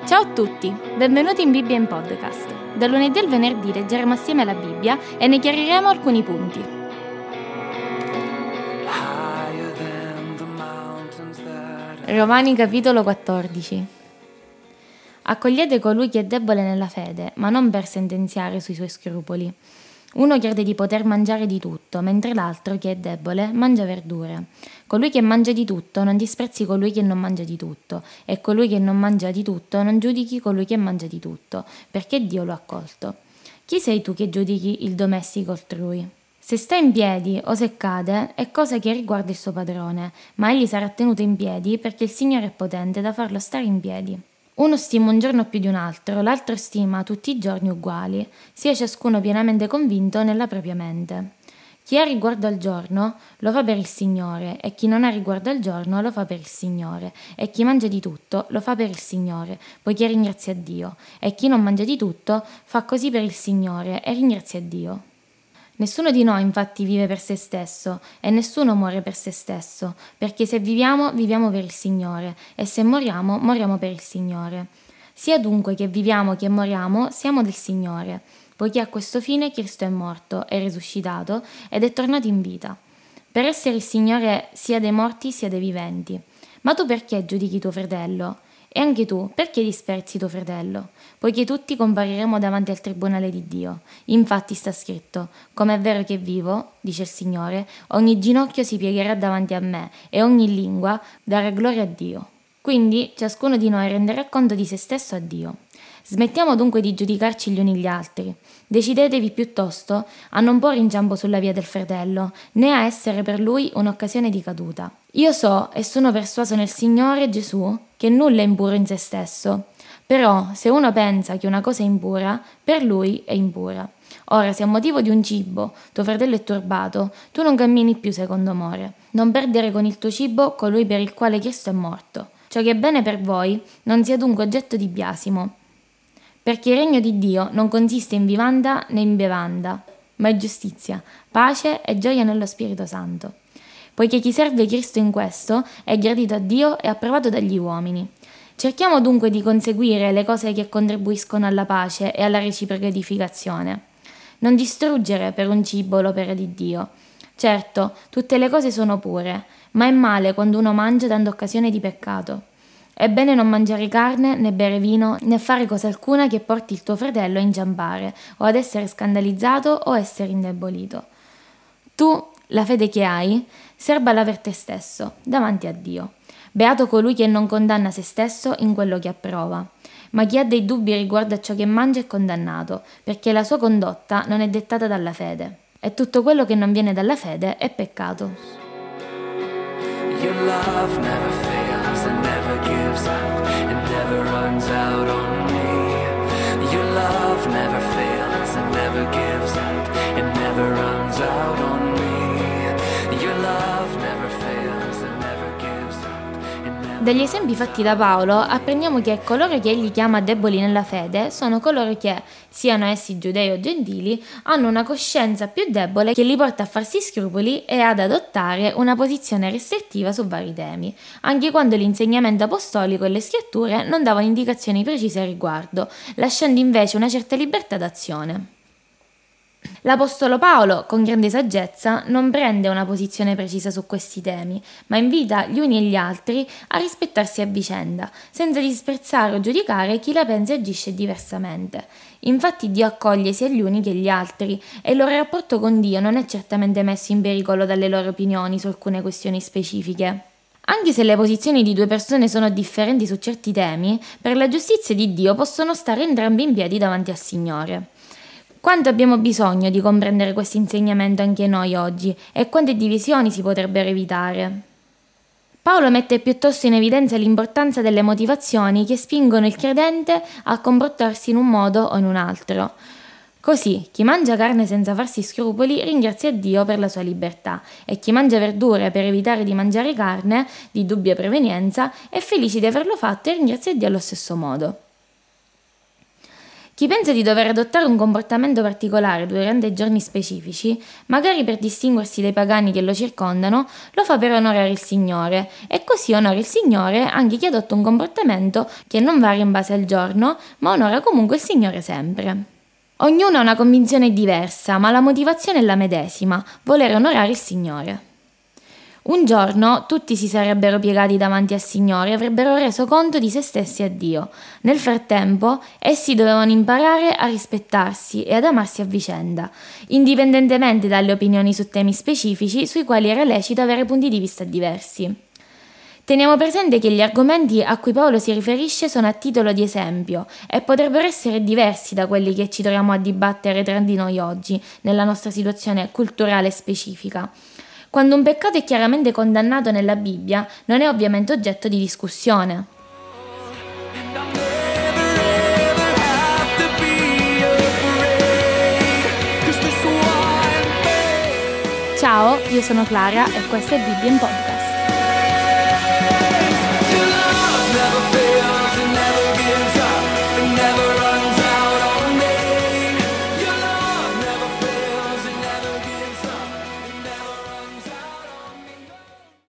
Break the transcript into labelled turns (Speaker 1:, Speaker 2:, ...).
Speaker 1: Ciao a tutti, benvenuti in Bibbia in Podcast. Dal lunedì al venerdì leggeremo assieme la Bibbia e ne chiariremo alcuni punti. Romani capitolo 14. Accogliete colui che è debole nella fede, ma non per sentenziare sui suoi scrupoli. Uno crede di poter mangiare di tutto, mentre l'altro, che è debole, mangia verdure. Colui che mangia di tutto non disprezzi colui che non mangia di tutto, e colui che non mangia di tutto non giudichi colui che mangia di tutto, perché Dio lo ha accolto. Chi sei tu che giudichi il domestico altrui? Se sta in piedi o se cade è cosa che riguarda il suo padrone, ma egli sarà tenuto in piedi perché il Signore è potente da farlo stare in piedi. Uno stima un giorno più di un altro, l'altro stima tutti i giorni uguali, sia ciascuno pienamente convinto nella propria mente. Chi ha riguardo al giorno lo fa per il Signore, e chi non ha riguardo al giorno lo fa per il Signore, e chi mangia di tutto lo fa per il Signore, poiché ringrazia Dio, e chi non mangia di tutto fa così per il Signore e ringrazia Dio. Nessuno di noi infatti vive per se stesso e nessuno muore per se stesso, perché se viviamo, viviamo per il Signore, e se moriamo, moriamo per il Signore. Sia dunque che viviamo che moriamo, siamo del Signore, poiché a questo fine Cristo è morto, è risuscitato ed è tornato in vita, per essere il Signore sia dei morti sia dei viventi. Ma tu perché giudichi tuo fratello? E anche tu, perché disprezzi tuo fratello? Poiché tutti compariremo davanti al tribunale di Dio. Infatti sta scritto: come è vero che vivo, dice il Signore, ogni ginocchio si piegherà davanti a me e ogni lingua darà gloria a Dio. Quindi ciascuno di noi renderà conto di se stesso a Dio. Smettiamo dunque di giudicarci gli uni gli altri. Decidetevi piuttosto a non porre inciampo sulla via del fratello, né a essere per lui un'occasione di caduta. Io so e sono persuaso nel Signore Gesù che nulla è impuro in se stesso. Però se uno pensa che una cosa è impura, per lui è impura. Ora, se a motivo di un cibo tuo fratello è turbato, tu non cammini più secondo amore. Non perdere con il tuo cibo colui per il quale Cristo è morto. Ciò che è bene per voi non sia dunque oggetto di biasimo. Perché il regno di Dio non consiste in vivanda né in bevanda, ma è giustizia, pace e gioia nello Spirito Santo. Poiché chi serve Cristo in questo è gradito a Dio e approvato dagli uomini. Cerchiamo dunque di conseguire le cose che contribuiscono alla pace e alla reciproca edificazione. Non distruggere per un cibo l'opera di Dio. Certo, tutte le cose sono pure, ma è male quando uno mangia dando occasione di peccato. È bene non mangiare carne, né bere vino, né fare cosa alcuna che porti il tuo fratello a inciampare, o ad essere scandalizzato o essere indebolito. Tu, la fede che hai, serbala per te stesso, davanti a Dio. Beato colui che non condanna se stesso in quello che approva. Ma chi ha dei dubbi riguardo a ciò che mangia è condannato, perché la sua condotta non è dettata dalla fede. E tutto quello che non viene dalla fede è peccato.
Speaker 2: Your love never fails and never gives up and never runs out on me. Your love never fails and never gives up and never runs out on me. Your love never fails and never gives up and never.
Speaker 1: Dagli esempi fatti da Paolo apprendiamo che coloro che egli chiama deboli nella fede sono coloro che, siano essi giudei o gentili, hanno una coscienza più debole che li porta a farsi scrupoli e ad adottare una posizione restrittiva su vari temi, anche quando l'insegnamento apostolico e le scritture non davano indicazioni precise al riguardo, lasciando invece una certa libertà d'azione. L'Apostolo Paolo, con grande saggezza, non prende una posizione precisa su questi temi, ma invita gli uni e gli altri a rispettarsi a vicenda, senza disprezzare o giudicare chi la pensa e agisce diversamente. Infatti Dio accoglie sia gli uni che gli altri, e il loro rapporto con Dio non è certamente messo in pericolo dalle loro opinioni su alcune questioni specifiche. Anche se le posizioni di due persone sono differenti su certi temi, per la giustizia di Dio possono stare entrambi in piedi davanti al Signore. Quanto abbiamo bisogno di comprendere questo insegnamento anche noi oggi e quante divisioni si potrebbero evitare? Paolo mette piuttosto in evidenza l'importanza delle motivazioni che spingono il credente a comportarsi in un modo o in un altro. Così, chi mangia carne senza farsi scrupoli ringrazia Dio per la sua libertà, e chi mangia verdure per evitare di mangiare carne di dubbia provenienza è felice di averlo fatto e ringrazia Dio allo stesso modo. Chi pensa di dover adottare un comportamento particolare durante giorni specifici, magari per distinguersi dai pagani che lo circondano, lo fa per onorare il Signore, e così onora il Signore anche chi adotta un comportamento che non varia in base al giorno, ma onora comunque il Signore sempre. Ognuno ha una convinzione diversa, ma la motivazione è la medesima: voler onorare il Signore. Un giorno tutti si sarebbero piegati davanti al Signore e avrebbero reso conto di se stessi a Dio. Nel frattempo, essi dovevano imparare a rispettarsi e ad amarsi a vicenda, indipendentemente dalle opinioni su temi specifici sui quali era lecito avere punti di vista diversi. Teniamo presente che gli argomenti a cui Paolo si riferisce sono a titolo di esempio e potrebbero essere diversi da quelli che ci troviamo a dibattere tra di noi oggi, nella nostra situazione culturale specifica. Quando un peccato è chiaramente condannato nella Bibbia, non è ovviamente oggetto di discussione. Ciao, io sono Clara e questo è Bibbia in Podcast.